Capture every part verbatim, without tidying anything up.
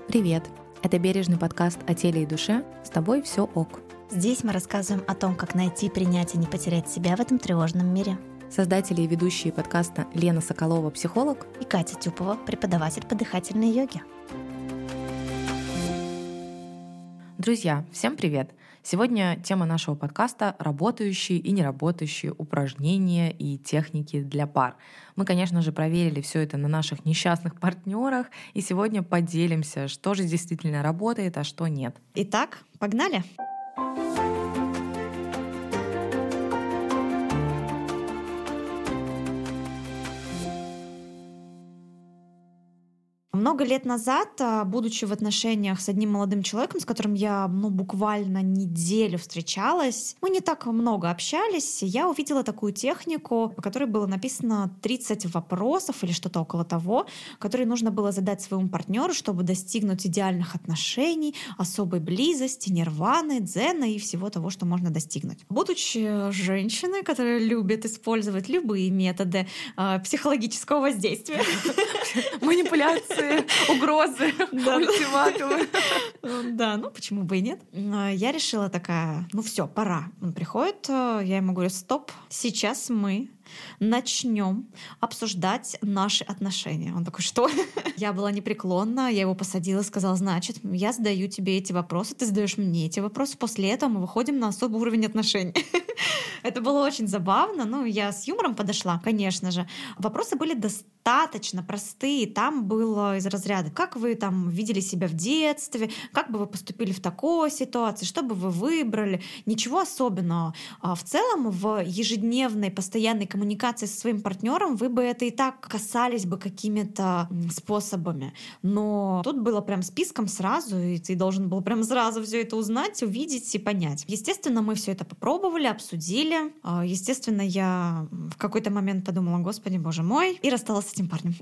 Привет! Это бережный подкаст о теле и душе. С тобой все ок. Здесь мы рассказываем о том, как найти, принять и не потерять себя в этом тревожном мире. Создатели и ведущие подкаста Лена Соколова, психолог, и Катя Тюпова, преподаватель по дыхательной йоге. Друзья, всем привет! Сегодня тема нашего подкаста — работающие и неработающие упражнения и техники для пар. Мы, конечно же, проверили все это на наших несчастных партнерах, и сегодня поделимся, что же действительно работает, а что нет. Итак, погнали! Много лет назад, будучи в отношениях с одним молодым человеком, с которым я ну, буквально неделю встречалась, мы не так много общались, я увидела такую технику, по которой было написано тридцать вопросов или что-то около того, которые нужно было задать своему партнеру, чтобы достигнуть идеальных отношений, особой близости, нирваны, дзена и всего того, что можно достигнуть. Будучи женщиной, которая любит использовать любые методы э, психологического воздействия, манипуляции, угрозы, ультиматумы. Да, ну почему бы и нет. Я решила такая, ну все, пора. Он приходит, я ему говорю, стоп, сейчас мы начнем обсуждать наши отношения. Он такой, что? Я была непреклонна, я его посадила, сказала, значит, я задаю тебе эти вопросы, ты задаешь мне эти вопросы, после этого мы выходим на особый уровень отношений. Это было очень забавно, ну, я с юмором подошла, конечно же. Вопросы были достаточно простые, там было из разряда, как вы там видели себя в детстве, как бы вы поступили в такой ситуации, что бы вы выбрали, ничего особенного. В целом, в ежедневной, постоянной коммуникации со своим партнером вы бы это и так касались бы какими-то способами. Но тут было прям списком сразу, и ты должен был прям сразу все это узнать, увидеть и понять. Естественно, мы все это попробовали, обсудили. Естественно, я в какой-то момент подумала, господи, боже мой, и рассталась с этим парнем.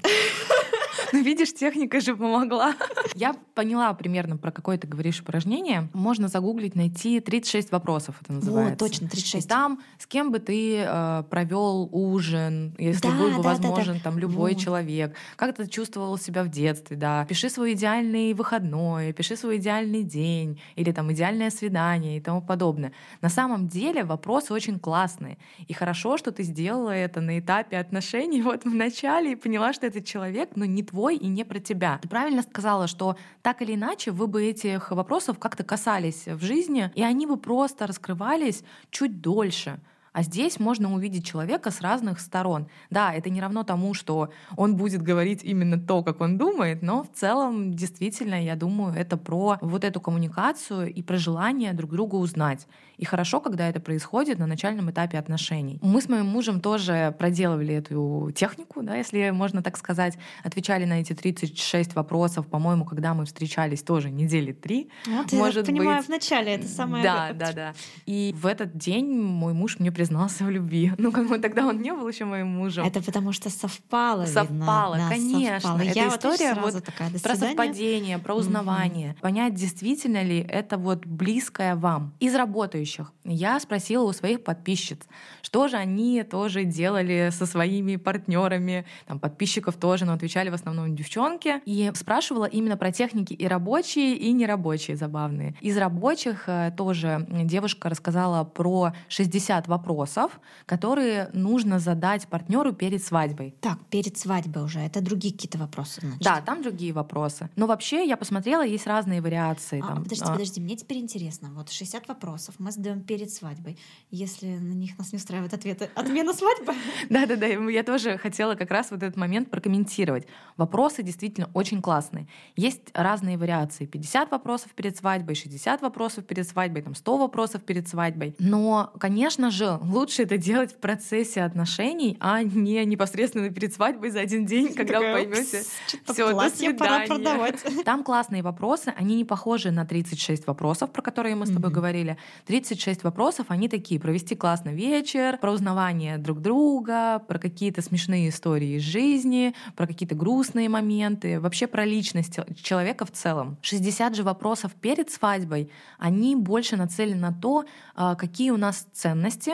Ну, видишь, техника же помогла. Я поняла примерно, про какое ты говоришь упражнение. Можно загуглить, найти тридцать шесть вопросов, это называется. Вот, точно, тридцать шесть. И там, с кем бы ты э, провел ужин, если да, был бы да, возможен да, да. там любой вот. человек. Как ты чувствовал себя в детстве, да. Пиши свой идеальный выходной, пиши свой идеальный день, или там идеальное свидание и тому подобное. На самом деле вопросы очень классные. И хорошо, что ты сделала это на этапе отношений вот в начале и поняла, что этот человек, ну, не твой и не про тебя. Ты правильно сказала, что так или иначе вы бы этих вопросов как-то касались в жизни, и они бы просто раскрывались чуть дольше. А здесь можно увидеть человека с разных сторон. Да, это не равно тому, что он будет говорить именно то, как он думает, но в целом действительно, я думаю, это про вот эту коммуникацию и про желание друг друга узнать. И хорошо, когда это происходит на начальном этапе отношений. Мы с моим мужем тоже проделывали эту технику, да, если можно так сказать, отвечали на эти тридцать шесть вопросов, по-моему, когда мы встречались тоже недели три. Вот, может я понимаю, быть. в начале это самое... Да, да, да. И в этот день мой муж мне признался в любви. Ну, как бы тогда он не был еще моим мужем. Это потому что совпало, Совпало, видно. конечно. Совпало. Эта Я история вот, вот такая, про совпадение, про узнавание. Угу. Понять, действительно ли это вот близкое вам. Из работающих я спросила у своих подписчиц, что же они тоже делали со своими партнерами, там, подписчиков тоже, но отвечали в основном девчонки. И спрашивала именно про техники и рабочие, и нерабочие, забавные. Из рабочих тоже девушка рассказала про шестьдесят вопросов, которые нужно задать партнеру перед свадьбой. Так, перед свадьбой уже. Это другие какие-то вопросы, значит. Да, там другие вопросы. Но вообще я посмотрела, есть разные вариации. А, там. подожди, а... подожди, мне теперь интересно. Вот шестьдесят вопросов мы задаем перед свадьбой. Если на них нас не устраивают ответы, отмена свадьбы? Да-да-да, я тоже хотела как раз вот этот момент прокомментировать. Вопросы действительно очень классные. Есть разные вариации. пятьдесят вопросов перед свадьбой, шестьдесят вопросов перед свадьбой, там сто вопросов перед свадьбой. Но, конечно же, лучше это делать в процессе отношений, а не непосредственно перед свадьбой за один день, когда вы поймете, все, до свидания. Там классные вопросы, они не похожи на тридцать шесть вопросов, про которые мы с тобой mm-hmm. говорили. тридцать шесть вопросов, они такие: провести классный вечер, про узнавание друг друга, про какие-то смешные истории из жизни, про какие-то грустные моменты, вообще про личность человека в целом. шестьдесят же вопросов перед свадьбой, они больше нацелены на то, какие у нас ценности,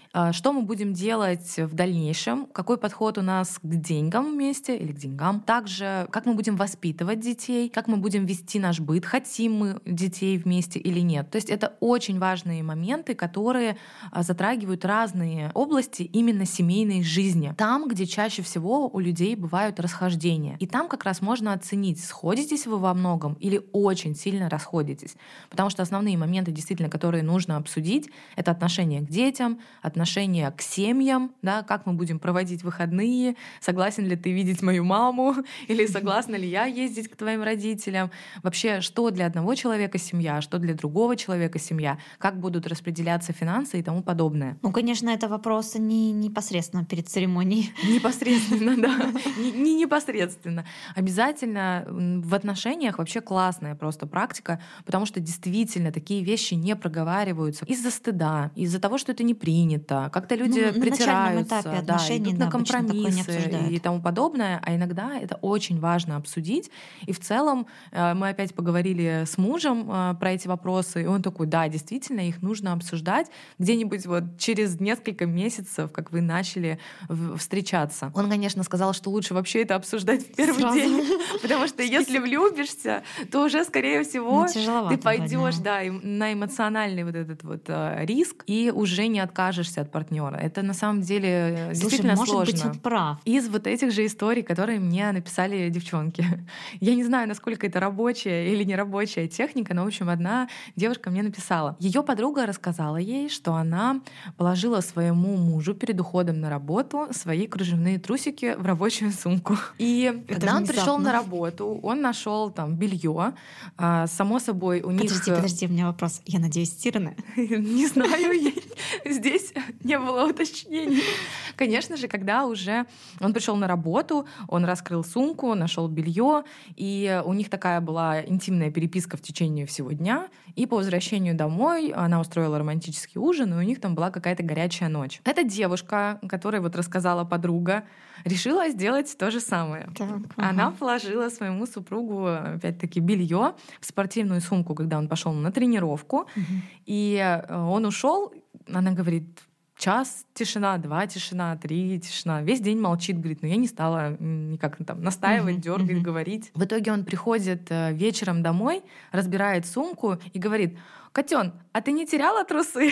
что мы будем делать в дальнейшем, какой подход у нас к деньгам вместе или к деньгам. Также, как мы будем воспитывать детей, как мы будем вести наш быт, хотим мы детей вместе или нет. То есть это очень важные моменты, которые затрагивают разные области именно семейной жизни. Там, где чаще всего у людей бывают расхождения. И там как раз можно оценить, сходитесь вы во многом или очень сильно расходитесь. Потому что основные моменты, действительно, которые нужно обсудить, это отношение к детям, отношение к семьям, да, как мы будем проводить выходные, согласен ли ты видеть мою маму, или согласна ли я ездить к твоим родителям. Вообще, что для одного человека семья, что для другого человека семья, как будут распределяться финансы и тому подобное. Ну, конечно, это вопрос не непосредственно перед церемонией. Непосредственно, да. Не, не непосредственно. Обязательно в отношениях вообще классная просто практика, потому что действительно такие вещи не проговариваются из-за стыда, из-за того, что это не принято. Как-то люди Ну, на притираются, начальном этапе да, отношений, идут да, на обычно такое не компромиссы обсуждают. и тому подобное. А иногда это очень важно обсудить. И в целом э, мы опять поговорили с мужем э, про эти вопросы, и он такой: да, действительно, их нужно обсуждать где-нибудь вот через несколько месяцев, как вы начали в- встречаться. Он, конечно, сказал, что лучше вообще это обсуждать в первый Сразу. день, потому что если влюбишься, то уже, скорее всего, Ну, тяжеловато ты пойдешь, будет, да, им- на эмоциональный вот этот вот э, риск и уже не откажешься от партнера. Это на самом деле э, Слушай, действительно может сложно. быть, он прав. Из вот этих же историй, которые мне написали девчонки. Я не знаю, насколько это рабочая или нерабочая техника, но, в общем, одна девушка мне написала. Ее подруга рассказала ей, что она положила своему мужу перед уходом на работу свои кружевные трусики в рабочую сумку. И Это когда он пришел внезапно. на работу, он нашел там белье. А, само собой, у них... Подожди, подожди, у меня вопрос. Я надеюсь, стиранное? Не знаю, я- здесь не было уточнений. Конечно же, когда уже он пришел на работу, он раскрыл сумку, нашел белье, и у них такая была интимная переписка в течение всего дня. И по возвращению домой она устроила романтический ужин, и у них там была какая-то горячая ночь. Эта девушка, которая вот рассказала подруга, решила сделать то же самое. Так, Она ага. положила своему супругу, опять-таки, белье в спортивную сумку, когда он пошел на тренировку. Мгм. И э, он ушел, она говорит, час тишина, два тишина, три тишина. Весь день молчит, говорит, но я не стала м, никак там настаивать, Мгм, дергать, мгм. говорить. В итоге он приходит э, вечером домой, разбирает сумку и говорит: Котен, а ты не теряла трусы?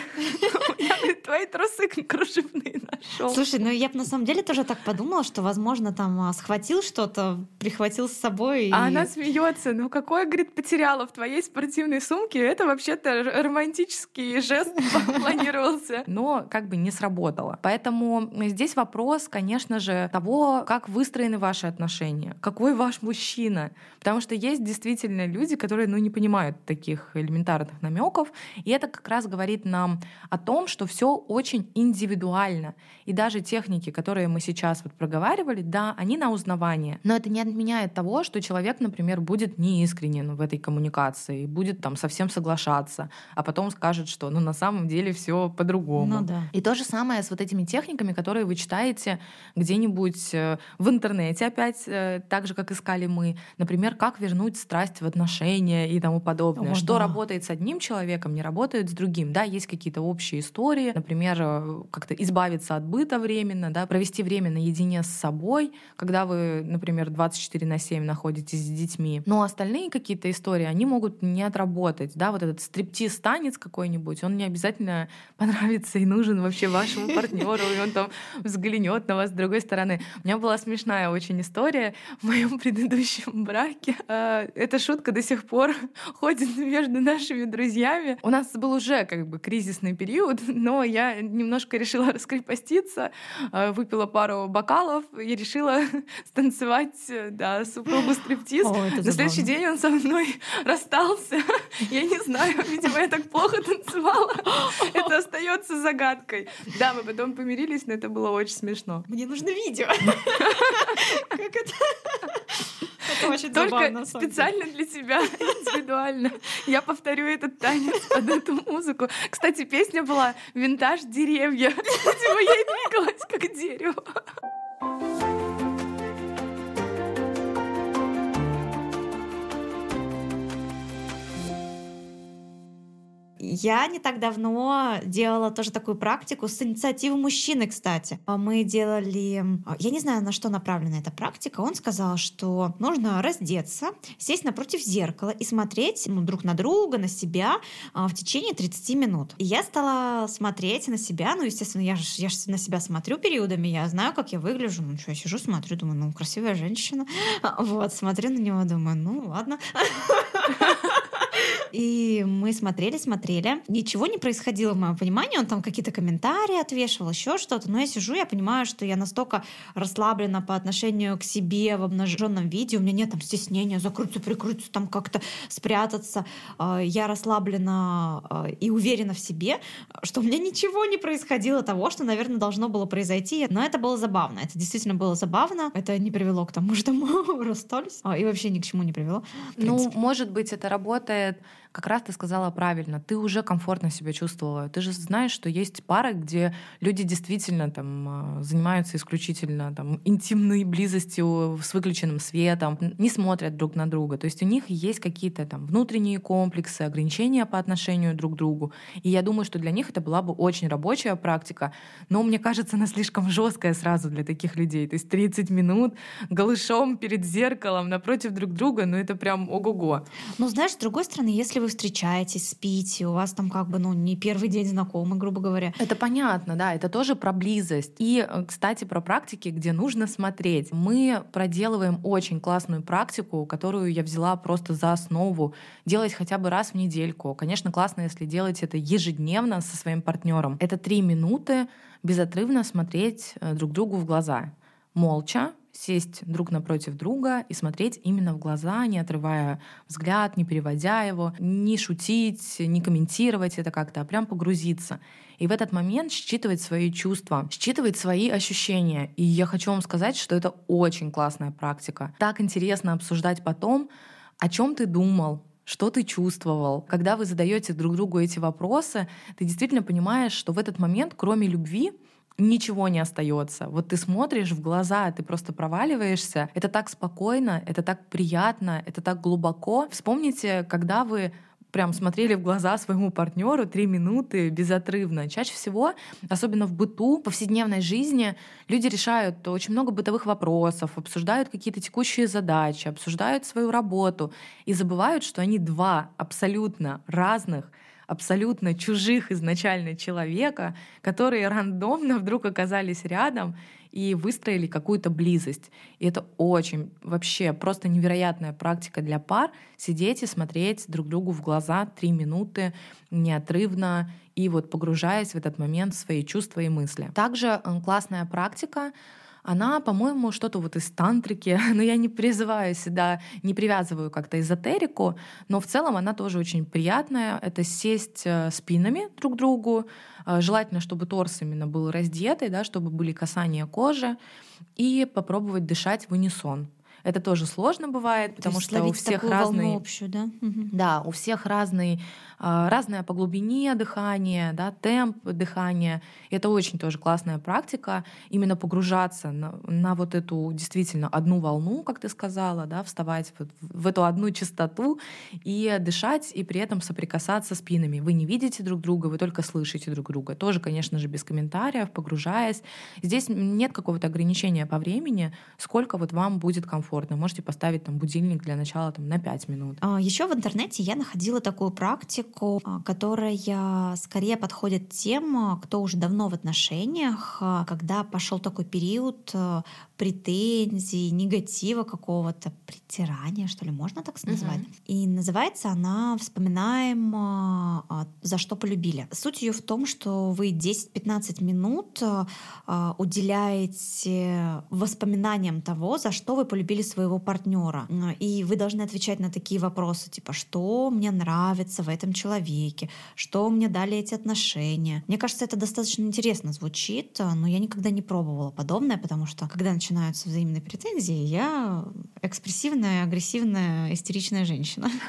Я, говорит, твои трусы кружевные нашел. Слушай, ну я бы на самом деле тоже так подумала, что, возможно, там а, схватил что-то, прихватил с собой. А и- она смеется. Ну какой, говорит, потеряла в твоей спортивной сумке? Это вообще-то р- романтический жест планировался. Но как бы не сработало. Поэтому здесь вопрос, конечно же, того, как выстроены ваши отношения, какой ваш мужчина. Потому что есть действительно люди, которые ну, не понимают таких элементарных намеков. И это как раз говорит нам о том, что все очень индивидуально. И даже техники, которые мы сейчас вот проговаривали, да, они на узнавание. Но это не отменяет того, что человек, например, будет неискренен в этой коммуникации, будет там совсем соглашаться, а потом скажет, что ну на самом деле все по-другому. Ну да. И то же самое с вот этими техниками, которые вы читаете где-нибудь э, в интернете, опять э, так же, как искали мы. Например, как вернуть страсть в отношения и тому подобное. О, Что да. работает с одним человеком, не работает с другим. Да, есть какие-то общие истории, например, э, как-то избавиться от быта временно, да, провести время наедине с собой, когда вы, например, двадцать четыре на семь находитесь с детьми. Но остальные какие-то истории, они могут не отработать. Да, вот этот стриптиз-танец какой-нибудь, он не обязательно понравится и нужен вообще вашему партнеру, и он там взглянет на вас с другой стороны. У меня была смешная очень история в моем предыдущем браке. Э, Эта шутка до сих пор ходит между нашими друзьями. У нас был уже как бы кризисный период, но я немножко решила раскрепоститься, э, выпила пару бокалов и решила станцевать, э, да, супругу стриптиз. О, это На следующий забавно. день он со мной расстался. Я не знаю, видимо, я так плохо танцевала. Это остается загадкой. Да, мы потом помирились, но это было очень смешно. Мне нужно видео. Как это? Это очень забавно, Только на самом деле. специально для тебя, индивидуально. Я повторю этот танец под эту музыку. Кстати, песня была «Винтаж деревья». Видимо, я двигалась как дерево. Я не так давно делала тоже такую практику с инициативы мужчины, кстати. А Мы делали... Я не знаю, на что направлена эта практика. Он сказал, что нужно раздеться, сесть напротив зеркала и смотреть ну, друг на друга, на себя а, в течение тридцати минут. И я стала смотреть на себя. Ну, естественно, я же я ж на себя смотрю периодами, я знаю, как я выгляжу. Ну, что, я сижу, смотрю, думаю, ну, красивая женщина. Вот, смотрю на него, думаю, ну, ладно. И мы смотрели, смотрели. Ничего не происходило в моем понимании. Он там какие-то комментарии отвешивал, еще что-то. Но я сижу, я понимаю, что я настолько расслаблена по отношению к себе в обнаженном виде. У меня нет там стеснения закрыться, прикрыться, там как-то спрятаться. А, Я расслаблена а, и уверена в себе, что у меня ничего не происходило того, что, наверное, должно было произойти. Но это было забавно. Это действительно было забавно. Это не привело к тому, что мы расстались. А, И вообще ни к чему не привело. в Ну, принципе. может быть, это работает, как раз ты сказала правильно, ты уже комфортно себя чувствовала. Ты же знаешь, что есть пары, где люди действительно там, э, занимаются исключительно там, интимной близостью с выключенным светом, н- не смотрят друг на друга. То есть у них есть какие-то там внутренние комплексы, ограничения по отношению друг к другу. И я думаю, что для них это была бы очень рабочая практика, но мне кажется, она слишком жесткая сразу для таких людей. То есть тридцать минут голышом перед зеркалом напротив друг друга, ну это прям ого-го. Ну, знаешь, с другой стороны, если вы встречаетесь, спите, у вас там как бы, ну, не первый день знакомы, грубо говоря. Это понятно, да, это тоже про близость. И, э, кстати, про практики, где нужно смотреть. Мы проделываем очень классную практику, которую я взяла просто за основу, делать хотя бы раз в недельку. Конечно, классно, если делать это ежедневно со своим партнером. Это три минуты безотрывно смотреть э, друг другу в глаза. Молча сесть друг напротив друга и смотреть именно в глаза, не отрывая взгляд, не переводя его, не шутить, не комментировать это как-то, а прям погрузиться. И в этот момент считывать свои чувства, считывать свои ощущения. И я хочу вам сказать, что это очень классная практика. Так интересно обсуждать потом, о чем ты думал, что ты чувствовал. Когда вы задаете друг другу эти вопросы, ты действительно понимаешь, что в этот момент, кроме любви, ничего не остается. Вот ты смотришь в глаза, ты просто проваливаешься. Это так спокойно, это так приятно, это так глубоко. Вспомните, когда вы прям смотрели в глаза своему партнеру три минуты безотрывно. Чаще всего, особенно в быту, в повседневной жизни, люди решают очень много бытовых вопросов, обсуждают какие-то текущие задачи, обсуждают свою работу и забывают, что они два абсолютно разных, абсолютно чужих изначально человека, которые рандомно вдруг оказались рядом и выстроили какую-то близость. И это очень вообще просто невероятная практика для пар — сидеть и смотреть друг другу в глаза три минуты неотрывно и вот погружаясь в этот момент в свои чувства и мысли. Также э, классная практика. Она, по-моему, что-то вот из тантрики, но я не призываю сюда, не привязываю как-то эзотерику, но в целом она тоже очень приятная. Это сесть э, спинами друг к другу, э, желательно, чтобы торс именно был раздетый, да, чтобы были касания кожи, и попробовать дышать в унисон. Это тоже сложно бывает, То потому есть что у словить всех такую волну разный, общую, да? Мгм. да, у всех разный, а, разное по глубине дыхания, да, темп дыхания. И это очень тоже классная практика, именно погружаться на, на вот эту действительно одну волну, как ты сказала, да, вставать вот в в эту одну частоту и дышать, и при этом соприкасаться спинами. Вы не видите друг друга, вы только слышите друг друга. Тоже, конечно же, без комментариев, погружаясь. Здесь нет какого-то ограничения по времени, сколько вот вам будет комфортно. Можете поставить там будильник для начала там, на пять минут. Еще в интернете я находила такую практику, а, которая скорее подходит тем, а, кто уже давно в отношениях, а, когда пошел такой период а, претензий, негатива какого-то, притирания, что ли, можно так назвать. Мгм. И называется она «Вспоминаем, а, а, за что полюбили». Суть ее в том, что вы десять-пятнадцать минут а, а, уделяете воспоминаниям того, за что вы полюбили своего партнера. И вы должны отвечать на такие вопросы, типа, что мне нравится в этом человеке, что мне дали эти отношения. Мне кажется, это достаточно интересно звучит, но я никогда не пробовала подобное, потому что, когда начинаются взаимные претензии, я экспрессивная, агрессивная, истеричная женщина.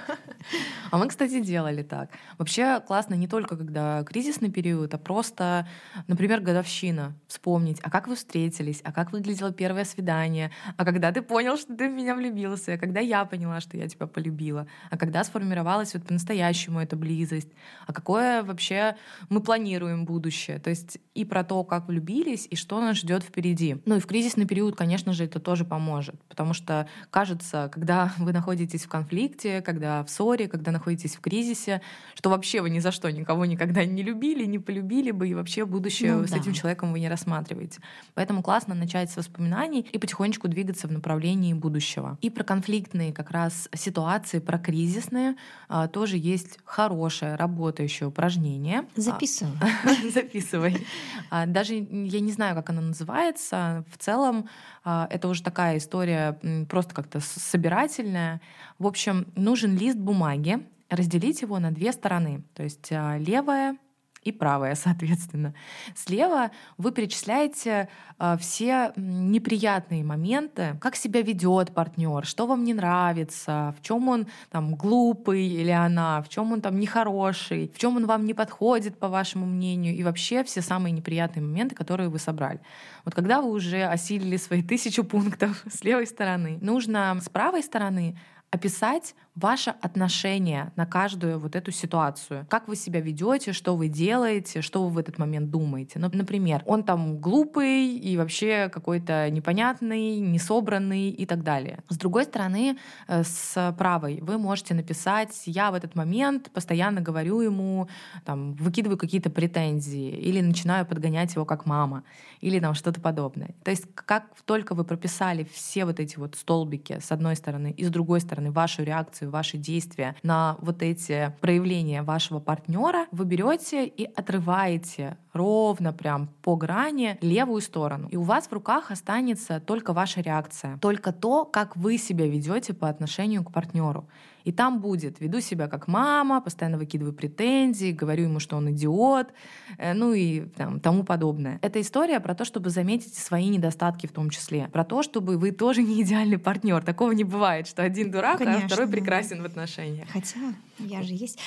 А мы, кстати, делали так. Вообще классно не только когда кризисный период, а просто, например, годовщина. Вспомнить, а как вы встретились, а как выглядело первое свидание, а когда ты понял, что ты в меня влюбился, а когда я поняла, что я тебя полюбила, а когда сформировалась вот по-настоящему эта близость, а какое вообще мы планируем будущее. То есть и про то, как влюбились, и что нас ждет впереди. Ну и в кризисный период, конечно же, это тоже поможет, потому что кажется, когда вы находитесь в конфликте, когда в ссоре, когда находитесь в кризисе, что вообще вы ни за что никого никогда не любили, не полюбили бы, и вообще будущее Ну с да. этим человеком вы не рассматриваете. Поэтому классно начать с воспоминаний и потихонечку двигаться в направлении будущего. И про конфликтные как раз ситуации, про кризисные а, тоже есть хорошее работающее упражнение. Записывай. Записывай. А, Даже я не знаю, как оно называется. В целом а, это уже такая история м, просто как-то с- собирательная. В общем, нужен лист бумаги, разделить его на две стороны. То есть а, левая и правая, соответственно. Слева вы перечисляете а, все м, неприятные моменты, как себя ведет партнер, что вам не нравится, в чем он там глупый или она, в чем он там нехороший, в чем он вам не подходит, по вашему мнению, и вообще все самые неприятные моменты, которые вы собрали. Вот когда вы уже осилили свои тысячу пунктов с левой стороны, нужно с правой стороны описать ваше отношение на каждую вот эту ситуацию. Как вы себя ведете, что вы делаете, что вы в этот момент думаете. Ну, например, он там глупый и вообще какой-то непонятный, несобранный и так далее. С другой стороны, э, с правой вы можете написать: я в этот момент постоянно говорю ему, там, выкидываю какие-то претензии или начинаю подгонять его как мама или там что-то подобное. То есть как только вы прописали все вот эти вот столбики с одной стороны и с другой стороны вашу реакцию, ваши действия на вот эти проявления вашего партнера, вы берете и отрываете ровно прям по грани левую сторону. И у вас в руках останется только ваша реакция, только то, как вы себя ведете по отношению к партнеру. И там будет: веду себя как мама, постоянно выкидываю претензии, говорю ему, что он идиот, э, ну и там, тому подобное. Это история про то, чтобы заметить свои недостатки в том числе. Про то, чтобы вы тоже не идеальный партнер. Такого не бывает, что один дурак, Конечно, а второй да. прекрасен в отношениях. Хотя я же есть.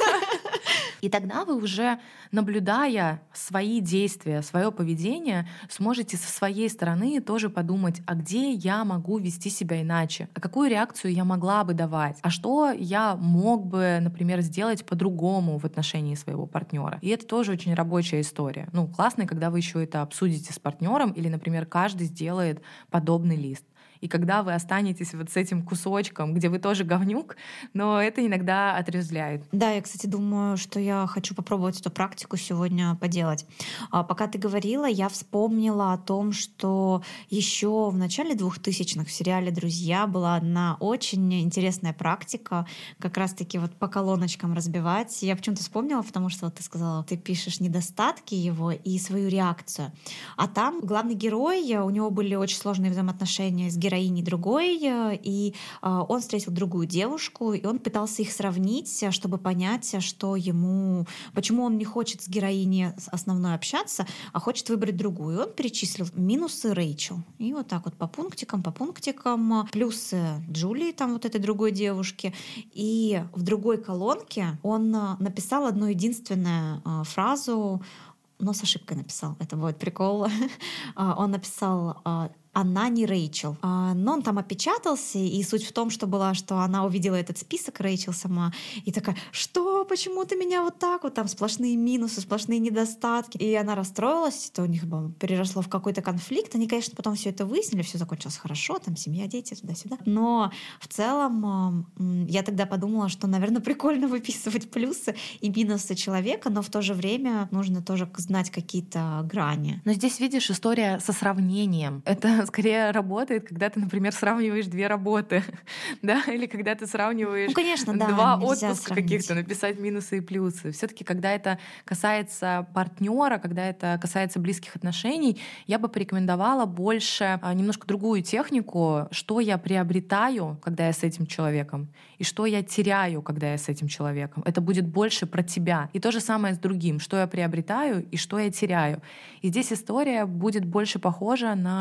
И тогда вы уже, наблюдая свои действия, свое поведение, сможете со своей стороны тоже подумать: а где я могу вести себя иначе, а какую реакцию я могла бы давать, а что я мог бы, например, сделать по-другому в отношении своего партнера. И это тоже очень рабочая история. Ну, классно, когда вы еще это обсудите с партнером, или, например, каждый сделает подобный лист. И когда вы останетесь вот с этим кусочком, где вы тоже говнюк, но это иногда отрезвляет. Да, я, кстати, думаю, что я хочу попробовать эту практику сегодня поделать. А пока ты говорила, я вспомнила о том, что еще в начале двухтысячных в сериале «Друзья» была одна очень интересная практика, как раз-таки вот по колоночкам разбивать. Я почему-то вспомнила, потому что вот ты сказала, ты пишешь недостатки его и свою реакцию. А там главный герой, у него были очень сложные взаимоотношения с героиней другой, и он встретил другую девушку, и он пытался их сравнить, чтобы понять, что ему, почему он не хочет с героиней основной общаться, а хочет выбрать другую. И он перечислил минусы Рэйчел. И вот так вот по пунктикам, по пунктикам, плюсы Джулии, там вот этой другой девушки. И в другой колонке он написал одну единственную фразу, но с ошибкой написал. Это будет прикол. Он написал: она не Рэйчел. А, но он там опечатался, и суть в том, что была, что она увидела этот список Рэйчел сама, и такая: что, почему ты меня вот так вот, там сплошные минусы, сплошные недостатки. И она расстроилась, это у них было, переросло в какой-то конфликт. Они, конечно, потом все это выяснили, все закончилось хорошо, там семья, дети, туда-сюда. Но в целом я тогда подумала, что, наверное, прикольно выписывать плюсы и минусы человека, но в то же время нужно тоже знать какие-то грани. Но здесь, видишь, история со сравнением. Это скорее работает, когда ты, например, сравниваешь две работы, да, или когда ты сравниваешь ну, конечно, да, два отпуска отпуска каких-то, написать минусы и плюсы. Все-таки, когда это касается партнера, когда это касается близких отношений, я бы порекомендовала больше а, немножко другую технику, что я приобретаю, когда я с этим человеком, и что я теряю, когда я с этим человеком. Это будет больше про тебя. И то же самое с другим, что я приобретаю и что я теряю. И здесь история будет больше похожа на то,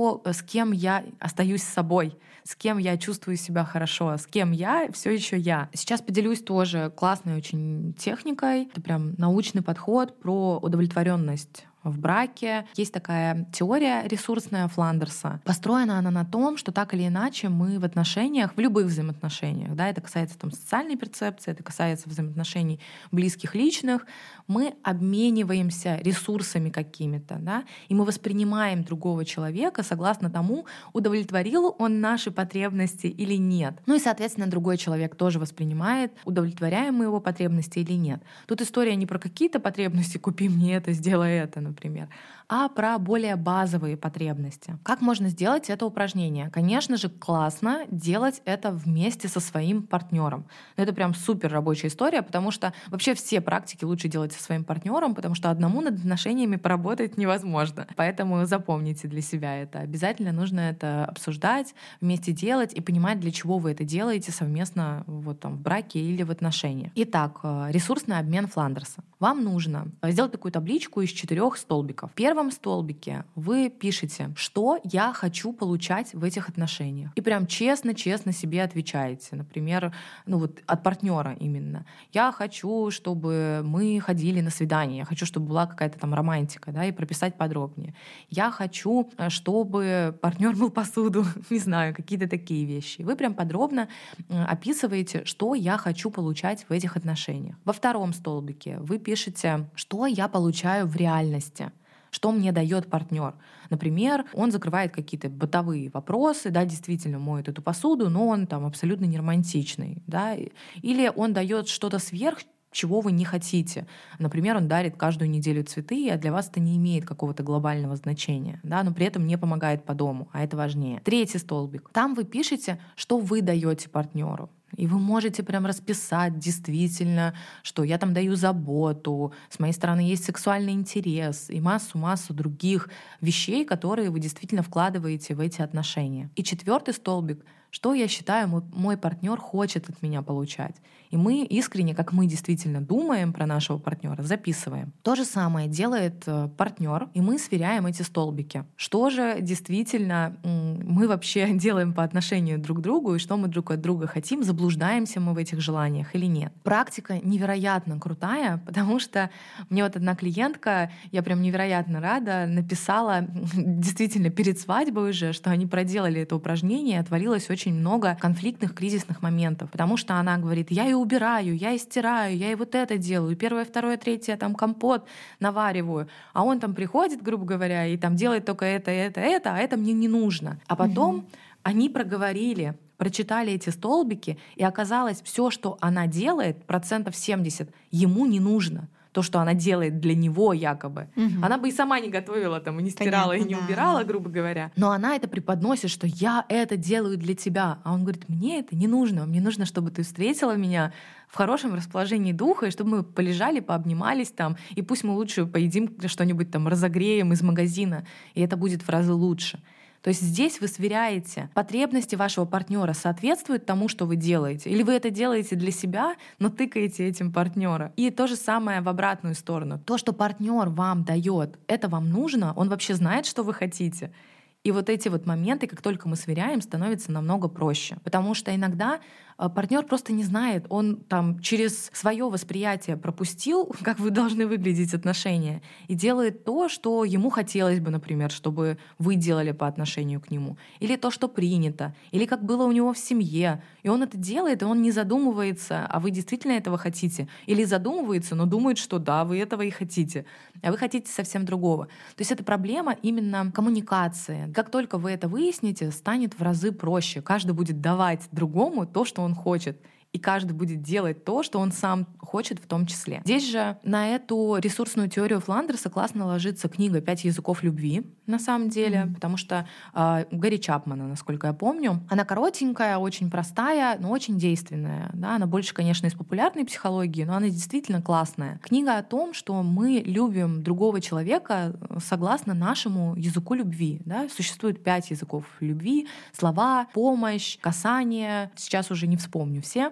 что, с кем я остаюсь собой, с кем я чувствую себя хорошо, с кем я все еще я. Сейчас поделюсь тоже классной очень техникой. Это прям научный подход про удовлетворенность в браке. Есть такая теория ресурсная Фландерса. Построена она на том, что так или иначе мы в отношениях, в любых взаимоотношениях, да, это касается там социальной перцепции, это касается взаимоотношений близких, личных, мы обмениваемся ресурсами какими-то, да, и мы воспринимаем другого человека согласно тому, удовлетворил он наши потребности или нет. Ну и, соответственно, другой человек тоже воспринимает, удовлетворяем мы его потребности или нет. Тут история не про какие-то потребности, купи мне это, сделай это, например, а про более базовые потребности. Как можно сделать это упражнение? Конечно же, классно делать это вместе со своим партнером. Это прям супер рабочая история, потому что вообще все практики лучше делать со своим партнером, потому что одному над отношениями поработать невозможно. Поэтому запомните для себя это. Обязательно нужно это обсуждать, вместе делать и понимать, для чего вы это делаете совместно вот там, в браке или в отношениях. Итак, ресурсный обмен Фландерса. Вам нужно сделать такую табличку из четырех столбиков. В первом столбике вы пишете, что я хочу получать в этих отношениях. И прям честно-честно себе отвечаете. Например, ну вот от партнера именно. Я хочу, чтобы мы ходили на свидание. Я хочу, чтобы была какая-то там романтика, да, и прописать подробнее. Я хочу, чтобы партнер мыл посуду. Не знаю, какие-то такие вещи. Вы прям подробно описываете, что я хочу получать в этих отношениях. Во втором столбике вы пишете, что я получаю в реальности. Что мне дает партнер? Например, он закрывает какие-то бытовые вопросы, да, действительно моет эту посуду, но он там абсолютно не романтичный, да, или он дает что-то сверх, чего вы не хотите. Например, он дарит каждую неделю цветы, а для вас это не имеет какого-то глобального значения, да, но при этом не помогает по дому, а это важнее. Третий столбик. Там вы пишете, что вы даете партнеру. И вы можете прям расписать действительно, что я там даю заботу, с моей стороны есть сексуальный интерес и массу-массу других вещей, которые вы действительно вкладываете в эти отношения. И четвертый столбик, что я считаю, мой, мой партнер хочет от меня получать. И мы искренне, как мы действительно думаем про нашего партнера, записываем. То же самое делает партнер, и мы сверяем эти столбики. Что же действительно мы вообще делаем по отношению друг к другу, и что мы друг от друга хотим, заблуждаемся мы в этих желаниях или нет. Практика невероятно крутая, потому что мне вот одна клиентка, я прям невероятно рада, написала действительно перед свадьбой уже, что они проделали это упражнение, и отвалилось очень много конфликтных, кризисных моментов. Потому что она говорит, я и убираю, я и стираю, я и вот это делаю, первое, второе, третье, там компот навариваю, а он там приходит, грубо говоря, и там делает только это, это, это, а это мне не нужно. А потом угу. они проговорили, прочитали эти столбики, и оказалось, все, что она делает, процентов семьдесят, ему не нужно. То, что она делает для него якобы. Угу. Она бы и сама не готовила, там, и не стирала, Понятно, и не да. убирала, грубо говоря. Но она это преподносит, что я это делаю для тебя. А он говорит, мне это не нужно. Мне нужно, чтобы ты встретила меня в хорошем расположении духа, и чтобы мы полежали, пообнимались там, и пусть мы лучше поедим что-нибудь там, разогреем из магазина, и это будет в разы лучше. То есть здесь вы сверяете, потребности вашего партнера соответствуют тому, что вы делаете, или вы это делаете для себя, но тыкаете этим партнера. И то же самое в обратную сторону. То, что партнер вам дает, это вам нужно, он вообще знает, что вы хотите. И вот эти вот моменты, как только мы сверяем, становится намного проще. Потому что иногда партнер просто не знает, он там через свое восприятие пропустил, как вы должны выглядеть отношения, и делает то, что ему хотелось бы, например, чтобы вы делали по отношению к нему, или то, что принято, или как было у него в семье. И он это делает, и он не задумывается, а вы действительно этого хотите, или задумывается, но думает, что да, вы этого и хотите, а вы хотите совсем другого. То есть это проблема именно коммуникации. Как только вы это выясните, станет в разы проще. Каждый будет давать другому то, что он хочет. И каждый будет делать то, что он сам хочет в том числе. Здесь же на эту ресурсную теорию Фландерса классно ложится книга «Пять языков любви», на самом деле, mm-hmm. потому что э, Гарри Чапмана, насколько я помню, она коротенькая, очень простая, но очень действенная. Да? Она больше, конечно, из популярной психологии, но она действительно классная. Книга о том, что мы любим другого человека согласно нашему языку любви. Да? Существует пять языков любви: слова, помощь, касание. Сейчас уже не вспомню все. И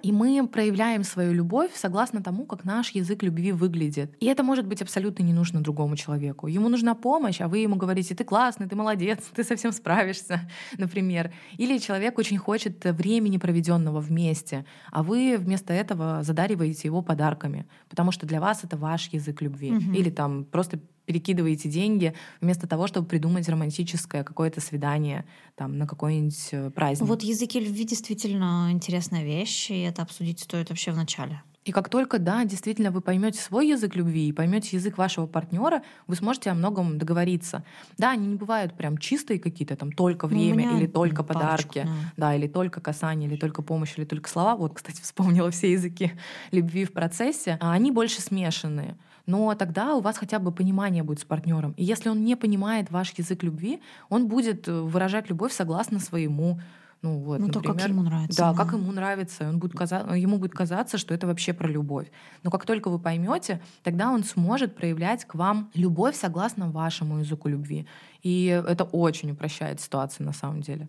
И мы проявляем свою любовь согласно тому, как наш язык любви выглядит. И это может быть абсолютно не нужно другому человеку. Ему нужна помощь, а вы ему говорите: ты классный, ты молодец, ты совсем справишься, например. Или человек очень хочет времени, проведенного вместе, а вы вместо этого задариваете его подарками, потому что для вас это ваш язык любви. Мгм. Или там просто перекидываете деньги вместо того, чтобы придумать романтическое какое-то свидание там, на какой-нибудь э, праздник. Вот языки любви действительно интересная вещь, и это обсудить стоит вообще в начале. И как только, да, действительно вы поймете свой язык любви и поймете язык вашего партнера, вы сможете о многом договориться. Да, они не бывают прям чистые какие-то, там только Ну, у время меня или только парочку, подарки, да. да, или только касание, или только помощь, или только слова. Вот, кстати, вспомнила все языки любви в процессе. А они больше смешанные. Но тогда у вас хотя бы понимание будет с партнером. И если он не понимает ваш язык любви, он будет выражать любовь согласно своему. Ну, вот, Ну, то, например, как ему нравится, Да, да. как ему нравится. Он будет каза- ему будет казаться, что это вообще про любовь. Но как только вы поймете, тогда он сможет проявлять к вам любовь согласно вашему языку любви. И это очень упрощает ситуацию на самом деле.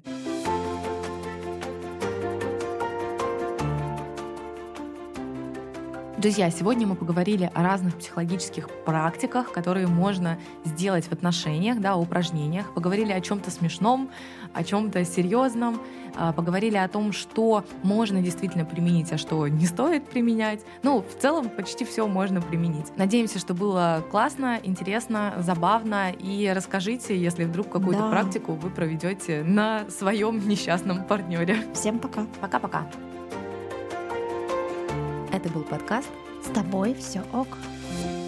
Друзья, сегодня мы поговорили о разных психологических практиках, которые можно сделать в отношениях, да, о упражнениях. Поговорили о чем-то смешном, о чем-то серьезном, поговорили о том, что можно действительно применить, а что не стоит применять. Ну, в целом, почти все можно применить. Надеемся, что было классно, интересно, забавно. И расскажите, если вдруг какую-то Да. практику вы проведете на своем несчастном партнере. Всем пока. Пока-пока. Это был подкаст С тобой все ок.